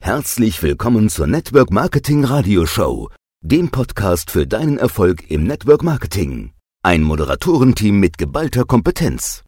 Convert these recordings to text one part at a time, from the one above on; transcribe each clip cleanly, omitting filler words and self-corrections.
Herzlich willkommen zur Network Marketing Radio Show, dem Podcast für deinen Erfolg im Network Marketing. Ein Moderatorenteam mit geballter Kompetenz.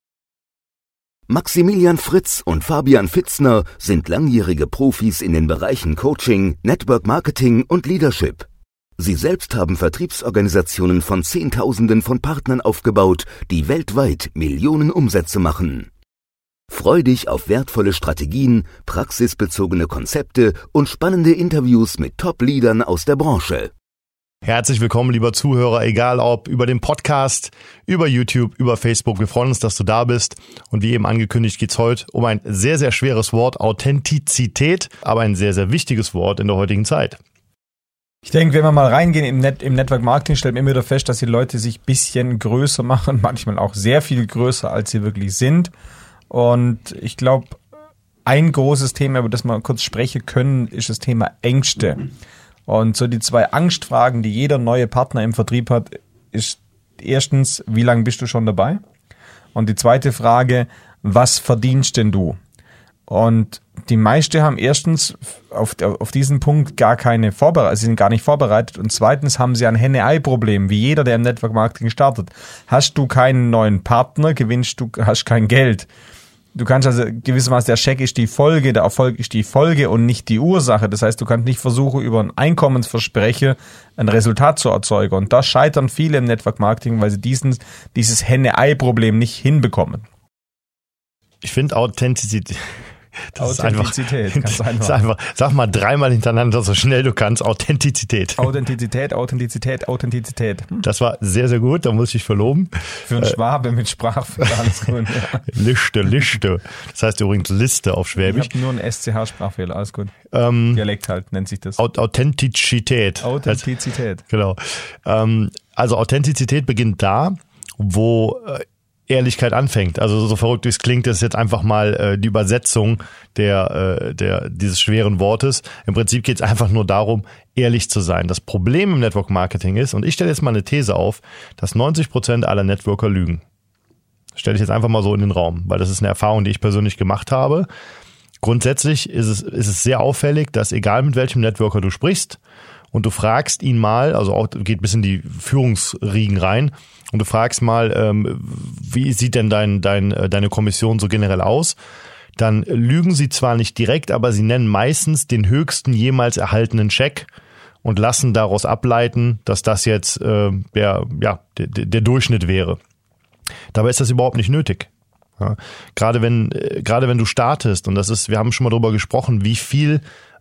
Maximilian Fritz und Fabian Fitzner sind langjährige Profis in den Bereichen Coaching, Network Marketing und Leadership. Sie selbst haben Vertriebsorganisationen von Zehntausenden von Partnern aufgebaut, die weltweit Millionen Umsätze machen. Freu dich auf wertvolle Strategien, praxisbezogene Konzepte und spannende Interviews mit Top-Leadern aus der Branche. Herzlich willkommen, lieber Zuhörer, egal ob über den Podcast, über YouTube, über Facebook. Wir freuen uns, dass du da bist. Und wie eben angekündigt, geht es heute um ein sehr, sehr schweres Wort, Authentizität, aber ein sehr, sehr wichtiges Wort in der heutigen Zeit. Ich denke, wenn wir mal reingehen im Network Marketing, stellt man immer wieder fest, dass die Leute sich ein bisschen größer machen, manchmal auch sehr viel größer, als sie wirklich sind. Und ich glaube, ein großes Thema, über das wir kurz sprechen können, ist das Thema Ängste. Und so die zwei Angstfragen, die jeder neue Partner im Vertrieb hat, ist erstens, wie lange bist du schon dabei? Und die zweite Frage, was verdienst denn du? Und die meisten haben erstens auf diesen Punkt gar keine Vorbereitung, sie sind gar nicht vorbereitet. Und zweitens haben sie ein Henne-Ei-Problem, wie jeder, der im Network Marketing startet. Hast du keinen neuen Partner, hast kein Geld. Du kannst also gewissermaßen, der Scheck ist die Folge, der Erfolg ist die Folge und nicht die Ursache. Das heißt, du kannst nicht versuchen, über ein Einkommensversprechen ein Resultat zu erzeugen. Und da scheitern viele im Network Marketing, weil sie dieses Henne-Ei-Problem nicht hinbekommen. Ich finde Authentizität. Authentizität, ist einfach. Sag mal dreimal hintereinander, so schnell du kannst. Authentizität. Authentizität. Das war sehr, sehr gut, da muss ich dich verloben. Für einen Schwabe mit Sprachfehler, alles gut. Ja. Liste. Das heißt übrigens Liste auf Schwäbisch. Ich habe nur einen SCH-Sprachfehler, alles gut. Dialekt halt, nennt sich das. Authentizität. Genau. Also Authentizität beginnt da, wo Ehrlichkeit anfängt. Also so verrückt wie es klingt, ist jetzt einfach mal die Übersetzung dieses schweren Wortes. Im Prinzip geht es einfach nur darum, ehrlich zu sein. Das Problem im Network Marketing ist, und ich stelle jetzt mal eine These auf, dass 90% aller Networker lügen. Stelle ich jetzt einfach mal so in den Raum, weil das ist eine Erfahrung, die ich persönlich gemacht habe. Grundsätzlich ist es sehr auffällig, dass egal mit welchem Networker du sprichst und du fragst ihn mal, also auch geht bis in die Führungsriegen rein, und du fragst mal, wie sieht denn deine Kommission so generell aus? Dann lügen sie zwar nicht direkt, aber sie nennen meistens den höchsten jemals erhaltenen Scheck und lassen daraus ableiten, dass das jetzt der Durchschnitt wäre. Dabei ist das überhaupt nicht nötig. Ja, gerade wenn du startest, und wir haben schon mal drüber gesprochen, wie viel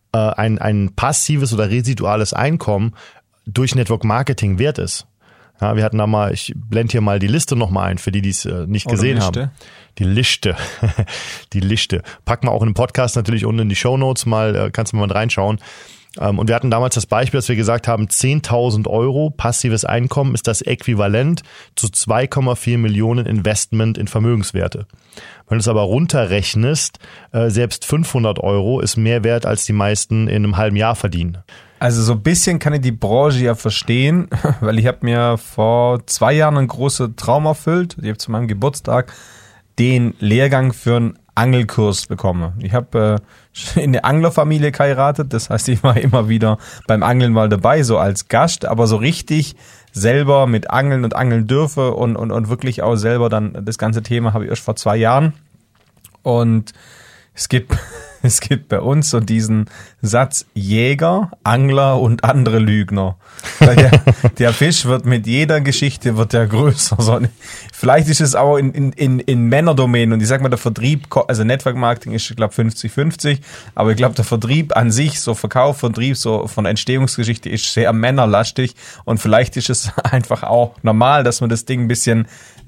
ein passives oder residuales Einkommen durch Network Marketing wert ist. Ja, wir hatten da mal, ich blende hier mal die Liste nochmal ein, für die es nicht gesehen haben. Die Liste. Die Liste. Packen wir auch in den Podcast natürlich unten in die Shownotes mal, kannst du mal reinschauen. Und wir hatten damals das Beispiel, dass wir gesagt haben, 10.000 Euro passives Einkommen ist das Äquivalent zu 2,4 Millionen Investment in Vermögenswerte. Wenn du es aber runterrechnest, selbst 500 Euro ist mehr wert, als die meisten in einem halben Jahr verdienen. Also so ein bisschen kann ich die Branche ja verstehen, weil ich habe mir vor 2 Jahren einen großen Traum erfüllt. Ich habe zu meinem Geburtstag den Lehrgang für einen Angelkurs bekommen. Ich habe in eine Anglerfamilie geheiratet, das heißt, ich war immer wieder beim Angeln mal dabei, so als Gast, aber so richtig selber mit Angeln und Angeln dürfe und wirklich auch selber dann das ganze Thema habe ich erst vor 2 Jahren. Und es gibt bei uns so diesen Satz: Jäger, Angler und andere Lügner. Weil der Fisch wird mit jeder Geschichte wird der größer. So, vielleicht ist es auch in Männerdomänen, und ich sag mal, der Vertrieb, also Network Marketing ist, ich glaube, 50-50, aber ich glaube, der Vertrieb an sich, so Vertrieb, so von Entstehungsgeschichte, ist sehr männerlastig, und vielleicht ist es einfach auch normal, dass man das Ding ein bisschen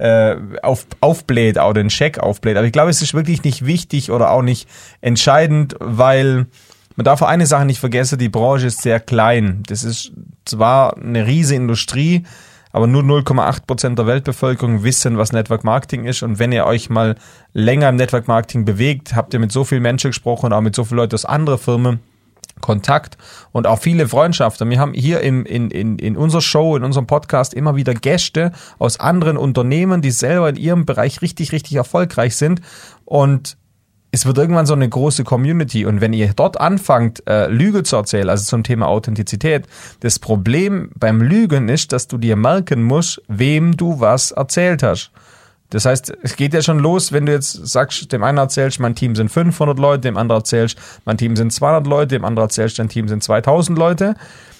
aufbläht, auch den Scheck aufbläht. Aber ich glaube, es ist wirklich nicht wichtig oder auch nicht entscheidend, weil man darf auch eine Sache nicht vergessen, die Branche ist sehr klein. Das ist zwar eine riesige Industrie, aber nur 0,8% der Weltbevölkerung wissen, was Network Marketing ist. Und wenn ihr euch mal länger im Network Marketing bewegt, habt ihr mit so vielen Menschen gesprochen und auch mit so vielen Leuten aus anderen Firmen Kontakt und auch viele Freundschaften. Wir haben hier in unserer Show, in unserem Podcast immer wieder Gäste aus anderen Unternehmen, die selber in ihrem Bereich richtig, richtig erfolgreich sind. Und es wird irgendwann so eine große Community und wenn ihr dort anfangt, Lüge zu erzählen, also zum Thema Authentizität, das Problem beim Lügen ist, dass du dir merken musst, wem du was erzählt hast. Das heißt, es geht ja schon los, wenn du jetzt sagst, dem einen erzählst, mein Team sind 500 Leute, dem anderen erzählst, mein Team sind 200 Leute, dem anderen erzählst, dein Team sind 2000 Leute.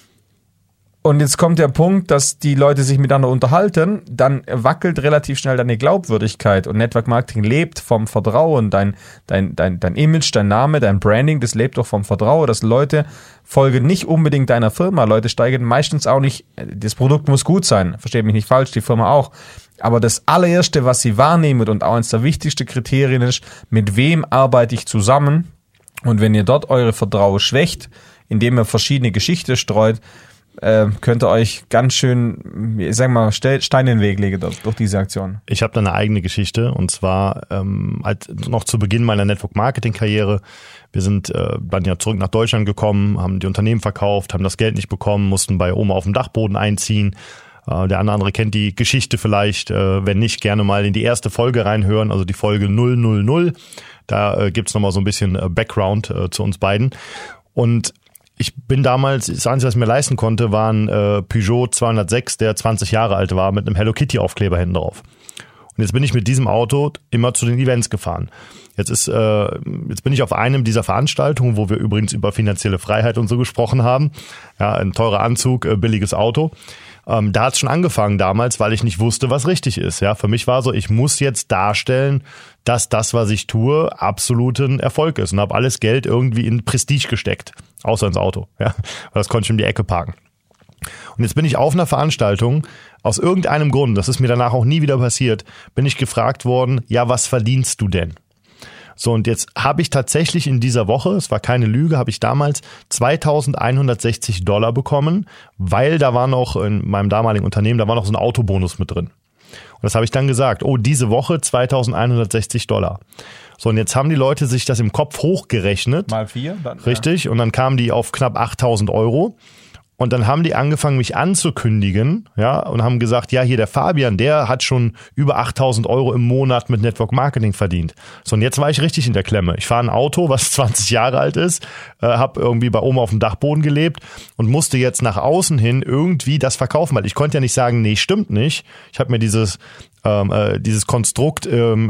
Und jetzt kommt der Punkt, dass die Leute sich miteinander unterhalten, dann wackelt relativ schnell deine Glaubwürdigkeit und Network Marketing lebt vom Vertrauen. Dein Image, dein Name, dein Branding, das lebt doch vom Vertrauen, dass Leute folgen nicht unbedingt deiner Firma. Leute steigen meistens auch nicht, das Produkt muss gut sein, versteht mich nicht falsch, die Firma auch. Aber das allererste, was sie wahrnehmen und auch eines der wichtigsten Kriterien ist, mit wem arbeite ich zusammen? Und wenn ihr dort eure Vertrauen schwächt, indem ihr verschiedene Geschichten streut, könnt ihr euch ganz schön, ich sag mal, Steine in den Weg legen durch diese Aktion. Ich habe da eine eigene Geschichte und zwar halt noch zu Beginn meiner Network-Marketing-Karriere. Wir sind dann ja zurück nach Deutschland gekommen, haben die Unternehmen verkauft, haben das Geld nicht bekommen, mussten bei Oma auf dem Dachboden einziehen. Der eine oder andere kennt die Geschichte vielleicht, wenn nicht, gerne mal in die erste Folge reinhören, also die Folge 000. Da gibt's nochmal so ein bisschen Background zu uns beiden. Und ich bin damals, das Einzige, was ich mir leisten konnte, war ein Peugeot 206, der 20 Jahre alt war, mit einem Hello Kitty Aufkleber hinten drauf. Und jetzt bin ich mit diesem Auto immer zu den Events gefahren. Jetzt bin ich auf einem dieser Veranstaltungen, wo wir übrigens über finanzielle Freiheit und so gesprochen haben. Ja, ein teurer Anzug, billiges Auto. Da hat es schon angefangen damals, weil ich nicht wusste, was richtig ist. Ja, für mich war so, ich muss jetzt darstellen, dass das, was ich tue, absoluten Erfolg ist und habe alles Geld irgendwie in Prestige gesteckt, außer ins Auto. Ja, weil das konnte ich um die Ecke parken. Und jetzt bin ich auf einer Veranstaltung, aus irgendeinem Grund, das ist mir danach auch nie wieder passiert, bin ich gefragt worden, ja, was verdienst du denn? So, und jetzt habe ich tatsächlich in dieser Woche, es war keine Lüge, habe ich damals $2.160 bekommen, weil da war noch in meinem damaligen Unternehmen, da war noch so ein Autobonus mit drin. Und das habe ich dann gesagt, oh, diese Woche $2.160. So, und jetzt haben die Leute sich das im Kopf hochgerechnet. Mal 4? Dann, richtig, ja. Und dann kamen die auf knapp 8.000 Euro. Und dann haben die angefangen, mich anzukündigen, ja, und haben gesagt, ja, hier der Fabian, der hat schon über 8.000 Euro im Monat mit Network Marketing verdient. So, und jetzt war ich richtig in der Klemme. Ich fahre ein Auto, was 20 Jahre alt ist, habe irgendwie bei Oma auf dem Dachboden gelebt und musste jetzt nach außen hin irgendwie das verkaufen, weil ich konnte ja nicht sagen, nee, stimmt nicht. Ich habe mir dieses Konstrukt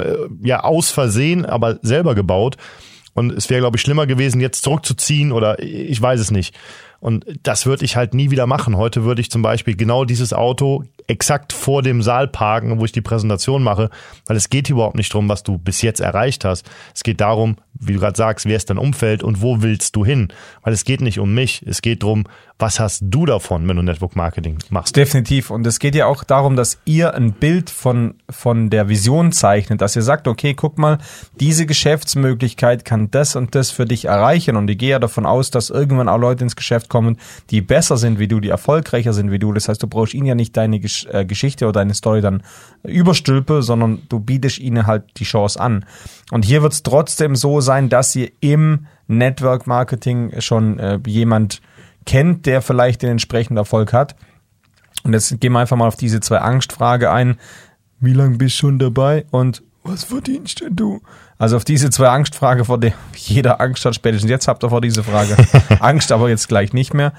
aus Versehen, aber selber gebaut. Und es wäre, glaube ich, schlimmer gewesen, jetzt zurückzuziehen oder ich weiß es nicht. Und das würde ich halt nie wieder machen. Heute würde ich zum Beispiel genau dieses Auto exakt vor dem Saal parken, wo ich die Präsentation mache, weil es geht überhaupt nicht darum, was du bis jetzt erreicht hast. Es geht darum, wie du gerade sagst, wer ist dein Umfeld und wo willst du hin? Weil es geht nicht um mich, es geht darum, was hast du davon, wenn du Network Marketing machst? Definitiv. Und es geht ja auch darum, dass ihr ein Bild von der Vision zeichnet, dass ihr sagt, okay, guck mal, diese Geschäftsmöglichkeit kann das und das für dich erreichen. Und ich gehe ja davon aus, dass irgendwann auch Leute ins Geschäft kommen, die besser sind wie du, die erfolgreicher sind wie du. Das heißt, du brauchst ihnen ja nicht deine Geschichte oder deine Story dann überstülpen, sondern du bietest ihnen halt die Chance an. Und hier wird es trotzdem so sein, dass ihr im Network Marketing schon jemand kennt, der vielleicht den entsprechenden Erfolg hat. Und jetzt gehen wir einfach mal auf diese 2 Angstfrage ein. Wie lange bist du schon dabei? Und was verdienst denn du? Also auf diese 2 Angstfrage, vor der jeder Angst hat, spätestens jetzt habt ihr vor diese Frage Angst, aber jetzt gleich nicht mehr.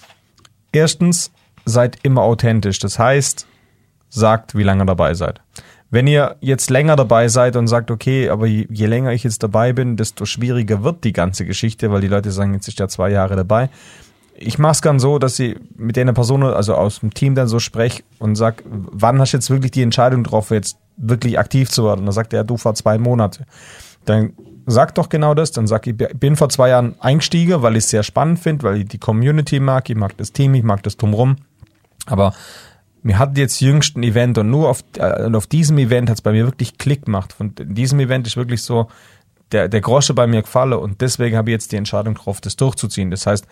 Erstens, seid immer authentisch. Das heißt, sagt, wie lange ihr dabei seid. Wenn ihr jetzt länger dabei seid und sagt, okay, aber je länger ich jetzt dabei bin, desto schwieriger wird die ganze Geschichte, weil die Leute sagen, jetzt ist ja 2 Jahre dabei. Ich mache es gern so, dass ich mit der Person, also aus dem Team dann so spreche und sag, wann hast du jetzt wirklich die Entscheidung getroffen, jetzt wirklich aktiv zu werden? Und dann sagt er, du vor 2 Monate. Dann sag doch genau das, dann sag ich bin vor 2 Jahren eingestiegen, weil ich es sehr spannend finde, weil ich die Community mag, ich mag das Team, ich mag das Drumherum. Aber wir hatten jetzt jüngst ein Event und nur auf diesem Event hat es bei mir wirklich Klick gemacht. Und in diesem Event ist wirklich so der Grosche bei mir gefallen und deswegen habe ich jetzt die Entscheidung getroffen, das durchzuziehen. Das heißt,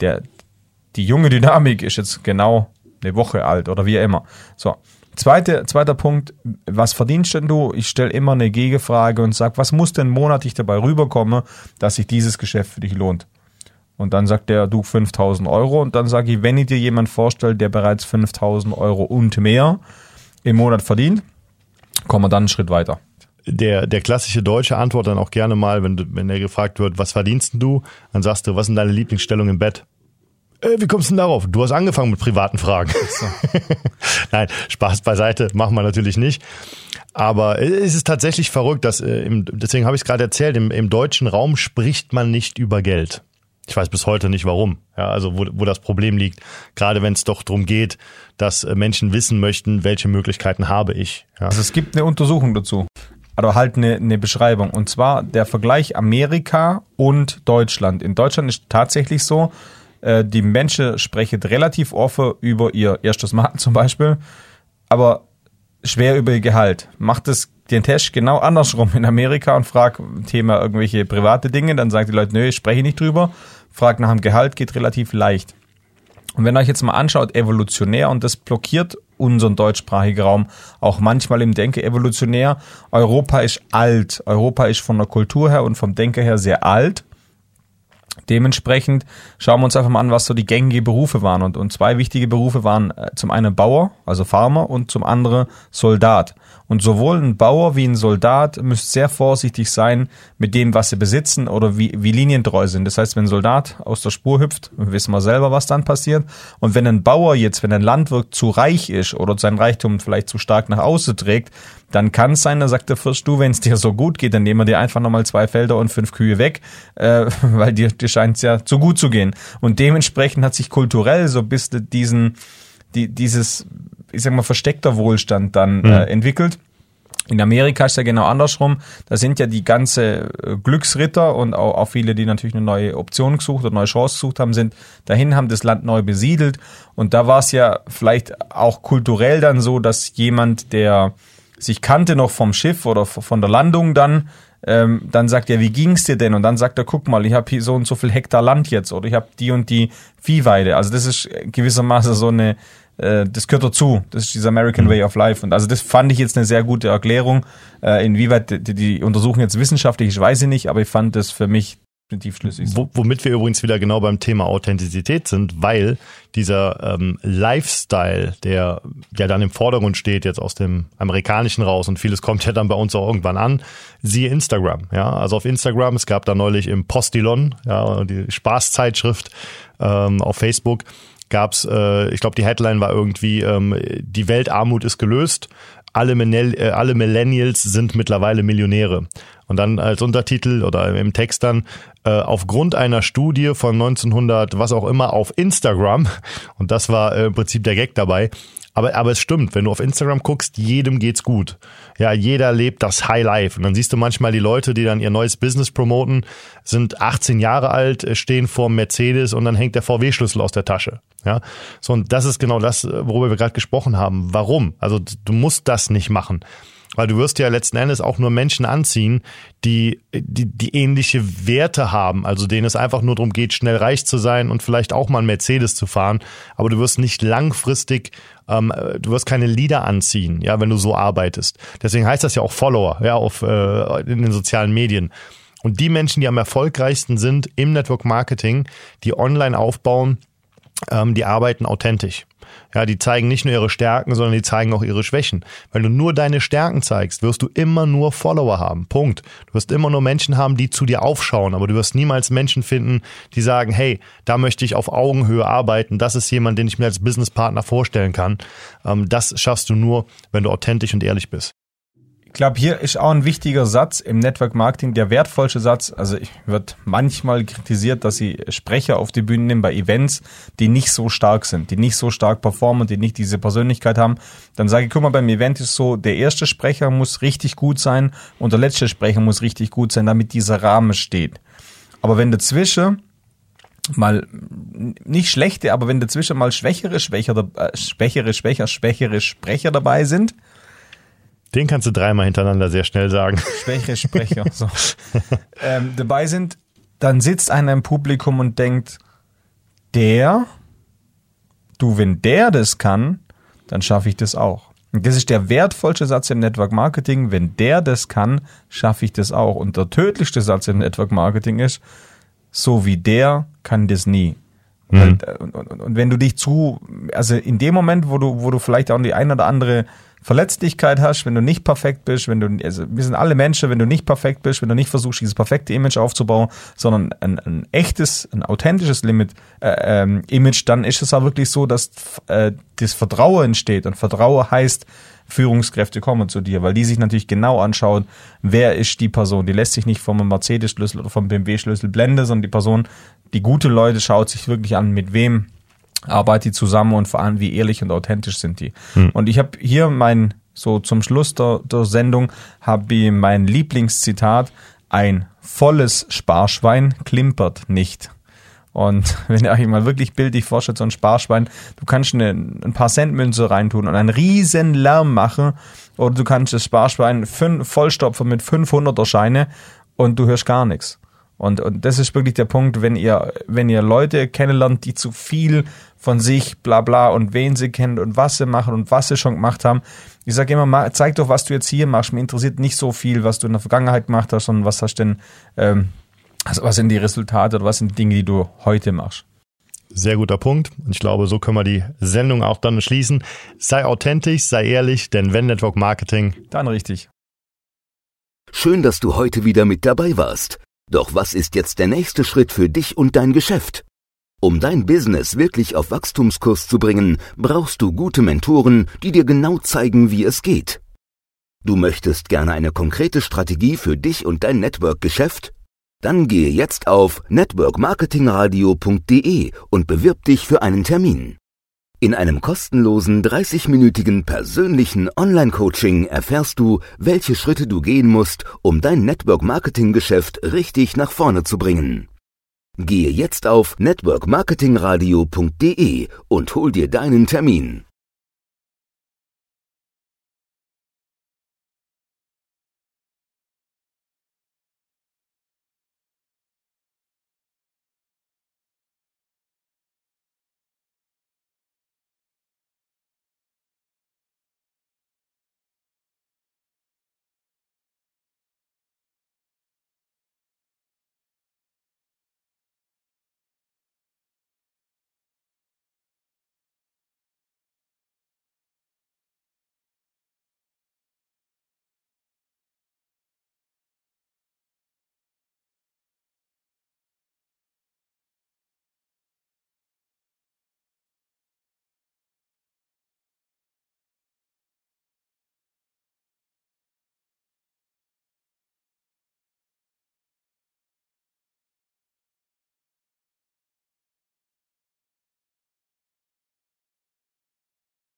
die junge Dynamik ist jetzt genau eine Woche alt oder wie immer. So, zweiter Punkt, was verdienst denn du? Ich stelle immer eine Gegenfrage und sage, was muss denn monatlich dabei rüberkommen, dass sich dieses Geschäft für dich lohnt? Und dann sagt der, du 5.000 Euro. Und dann sage ich, wenn ich dir jemand vorstelle, der bereits 5.000 Euro und mehr im Monat verdient, kommen wir dann einen Schritt weiter. der klassische Deutsche antwortet dann auch gerne mal, wenn er gefragt wird, was verdienst denn du? Dann sagst du, was sind deine Lieblingsstellung im Bett? Wie kommst du denn darauf? Du hast angefangen mit privaten Fragen. So. Nein, Spaß beiseite, machen wir natürlich nicht. Aber es ist tatsächlich verrückt, dass deswegen habe ich es gerade erzählt, im deutschen Raum spricht man nicht über Geld. Ich weiß bis heute nicht warum. Ja, also wo das Problem liegt. Gerade wenn es doch darum geht, dass Menschen wissen möchten, welche Möglichkeiten habe ich. Ja. Also es gibt eine Untersuchung dazu. Also halt eine Beschreibung. Und zwar der Vergleich Amerika und Deutschland. In Deutschland ist tatsächlich so, die Menschen sprechen relativ offen über ihr erstes Mal zum Beispiel, aber schwer über ihr Gehalt. Macht den Test genau andersrum in Amerika und fragt Thema irgendwelche private Dinge, dann sagen die Leute, nö, ich spreche nicht drüber. Fragt nach dem Gehalt, geht relativ leicht. Und wenn ihr euch jetzt mal anschaut, evolutionär, und das blockiert unseren deutschsprachigen Raum auch manchmal im Denken evolutionär. Europa ist alt. Europa ist von der Kultur her und vom Denken her sehr alt. Dementsprechend schauen wir uns einfach mal an, was so die gängigen Berufe waren. Und zwei wichtige Berufe waren zum einen Bauer, also Farmer, und zum anderen Soldat. Und sowohl ein Bauer wie ein Soldat müsst sehr vorsichtig sein mit dem, was sie besitzen oder wie linientreu sind. Das heißt, wenn ein Soldat aus der Spur hüpft, wissen wir selber, was dann passiert. Und wenn ein Bauer jetzt, wenn ein Landwirt zu reich ist oder sein Reichtum vielleicht zu stark nach außen trägt, dann kann es sein, da sagt der Fürst, du, wenn es dir so gut geht, dann nehmen wir dir einfach nochmal 2 Felder und 5 Kühe weg, weil dir scheint es ja zu gut zu gehen. Und dementsprechend hat sich kulturell so ein bisschen dieses, ich sag mal, versteckter Wohlstand dann entwickelt. In Amerika ist ja genau andersrum. Da sind ja die ganze Glücksritter und auch viele, die natürlich eine neue Option gesucht oder neue Chance gesucht haben, sind dahin, haben das Land neu besiedelt. Und da war es ja vielleicht auch kulturell dann so, dass jemand, der sich kannte noch vom Schiff oder von der Landung dann sagt er, wie ging's dir denn? Und dann sagt er, guck mal, ich habe hier so und so viel Hektar Land jetzt oder ich habe die und die Viehweide. Also das ist gewissermaßen so eine, das gehört dazu. Das ist dieser American Way of Life. Und also das fand ich jetzt eine sehr gute Erklärung. Inwieweit die Untersuchung jetzt wissenschaftlich ist, weiß ich nicht, aber ich fand das für mich definitiv schlüssig. Womit wir übrigens wieder genau beim Thema Authentizität sind, weil dieser Lifestyle, der ja dann im Vordergrund steht, jetzt aus dem Amerikanischen raus und vieles kommt ja dann bei uns auch irgendwann an, siehe Instagram. Ja, also auf Instagram, es gab da neulich im Postillon, ja, die Spaßzeitschrift auf Facebook, gab's, ich glaube, die Headline war irgendwie, die Weltarmut ist gelöst, alle Millennials sind mittlerweile Millionäre. Und dann als Untertitel oder im Text dann, aufgrund einer Studie von 1900, was auch immer, auf Instagram, und das war im Prinzip der Gag dabei, aber es stimmt, wenn du auf Instagram guckst, jedem geht's gut. Ja, jeder lebt das High Life. Und dann siehst du manchmal die Leute, die dann ihr neues Business promoten, sind 18 Jahre alt, stehen vor dem Mercedes und dann hängt der VW-Schlüssel aus der Tasche. Ja, so, und das ist genau das, worüber wir gerade gesprochen haben. Warum? Also du musst das nicht machen. Weil du wirst ja letzten Endes auch nur Menschen anziehen, die ähnliche Werte haben, also denen es einfach nur darum geht, schnell reich zu sein und vielleicht auch mal einen Mercedes zu fahren, aber du wirst nicht langfristig, du wirst keine Leader anziehen, ja, wenn du so arbeitest. Deswegen heißt das ja auch Follower, ja, in den sozialen Medien. Und die Menschen, die am erfolgreichsten sind im Network Marketing, die online aufbauen, die arbeiten authentisch. Ja, die zeigen nicht nur ihre Stärken, sondern die zeigen auch ihre Schwächen. Wenn du nur deine Stärken zeigst, wirst du immer nur Follower haben. Punkt. Du wirst immer nur Menschen haben, die zu dir aufschauen, aber du wirst niemals Menschen finden, die sagen, hey, da möchte ich auf Augenhöhe arbeiten. Das ist jemand, den ich mir als Businesspartner vorstellen kann. Das schaffst du nur, wenn du authentisch und ehrlich bist. Ich glaube, hier ist auch ein wichtiger Satz im Network Marketing, der wertvollste Satz. Also ich wird manchmal kritisiert, dass sie Sprecher auf die Bühne nehmen bei Events, die nicht so stark sind, die nicht so stark performen, die nicht diese Persönlichkeit haben. Dann sage ich, guck mal, beim Event ist so, der erste Sprecher muss richtig gut sein und der letzte Sprecher muss richtig gut sein, damit dieser Rahmen steht. Aber wenn dazwischen mal nicht schlechte, aber wenn dazwischen mal schwächere Sprecher dabei sind, den kannst du 3-mal hintereinander sehr schnell sagen. Schwächere Sprecher. So. Dabei sind, dann sitzt einer im Publikum und denkt, wenn der das kann, dann schaffe ich das auch. Und das ist der wertvollste Satz im Network Marketing. Wenn der das kann, schaffe ich das auch. Und der tödlichste Satz im Network Marketing ist, so wie der kann das nie. Und wenn du dich also in dem Moment, wo du vielleicht auch die ein oder andere Verletzlichkeit hast, wenn du nicht perfekt bist, wir sind alle Menschen, wenn du nicht perfekt bist, wenn du nicht versuchst, dieses perfekte Image aufzubauen, sondern ein echtes, ein authentisches Image, dann ist es auch wirklich so, dass das Vertrauen entsteht. Und Vertrauen heißt, Führungskräfte kommen zu dir, weil die sich natürlich genau anschauen, wer ist die Person. Die lässt sich nicht vom Mercedes-Schlüssel oder vom BMW-Schlüssel blenden, sondern die Person, die gute Leute, schaut sich wirklich an, mit wem arbeitet die zusammen und vor allem, wie ehrlich und authentisch sind die. Und ich habe hier zum Schluss der Sendung, habe ich mein Lieblingszitat: ein volles Sparschwein klimpert nicht. Und wenn ihr euch mal wirklich bildlich vorstellt, so ein Sparschwein, du kannst ein paar Centmünze reintun und einen riesen Lärm machen, oder du kannst das Sparschwein vollstopfen mit 500er Scheine und du hörst gar nichts. Und das ist wirklich der Punkt, wenn ihr Leute kennenlernt, die zu viel von sich, bla bla, und wen sie kennen und was sie machen und was sie schon gemacht haben. Ich sage immer, zeig doch, was du jetzt hier machst. Mir interessiert nicht so viel, was du in der Vergangenheit gemacht hast, sondern was hast denn, was sind die Resultate oder was sind die Dinge, die du heute machst. Sehr guter Punkt. Ich glaube, so können wir die Sendung auch dann schließen. Sei authentisch, sei ehrlich, denn wenn Network Marketing, dann richtig. Schön, dass du heute wieder mit dabei warst. Doch was ist jetzt der nächste Schritt für dich und dein Geschäft? Um dein Business wirklich auf Wachstumskurs zu bringen, brauchst du gute Mentoren, die dir genau zeigen, wie es geht. Du möchtest gerne eine konkrete Strategie für dich und dein Network-Geschäft? Dann gehe jetzt auf networkmarketingradio.de und bewirb dich für einen Termin. In einem kostenlosen 30-minütigen persönlichen Online-Coaching erfährst du, welche Schritte du gehen musst, um dein Network-Marketing-Geschäft richtig nach vorne zu bringen. Gehe jetzt auf networkmarketingradio.de und hol dir deinen Termin.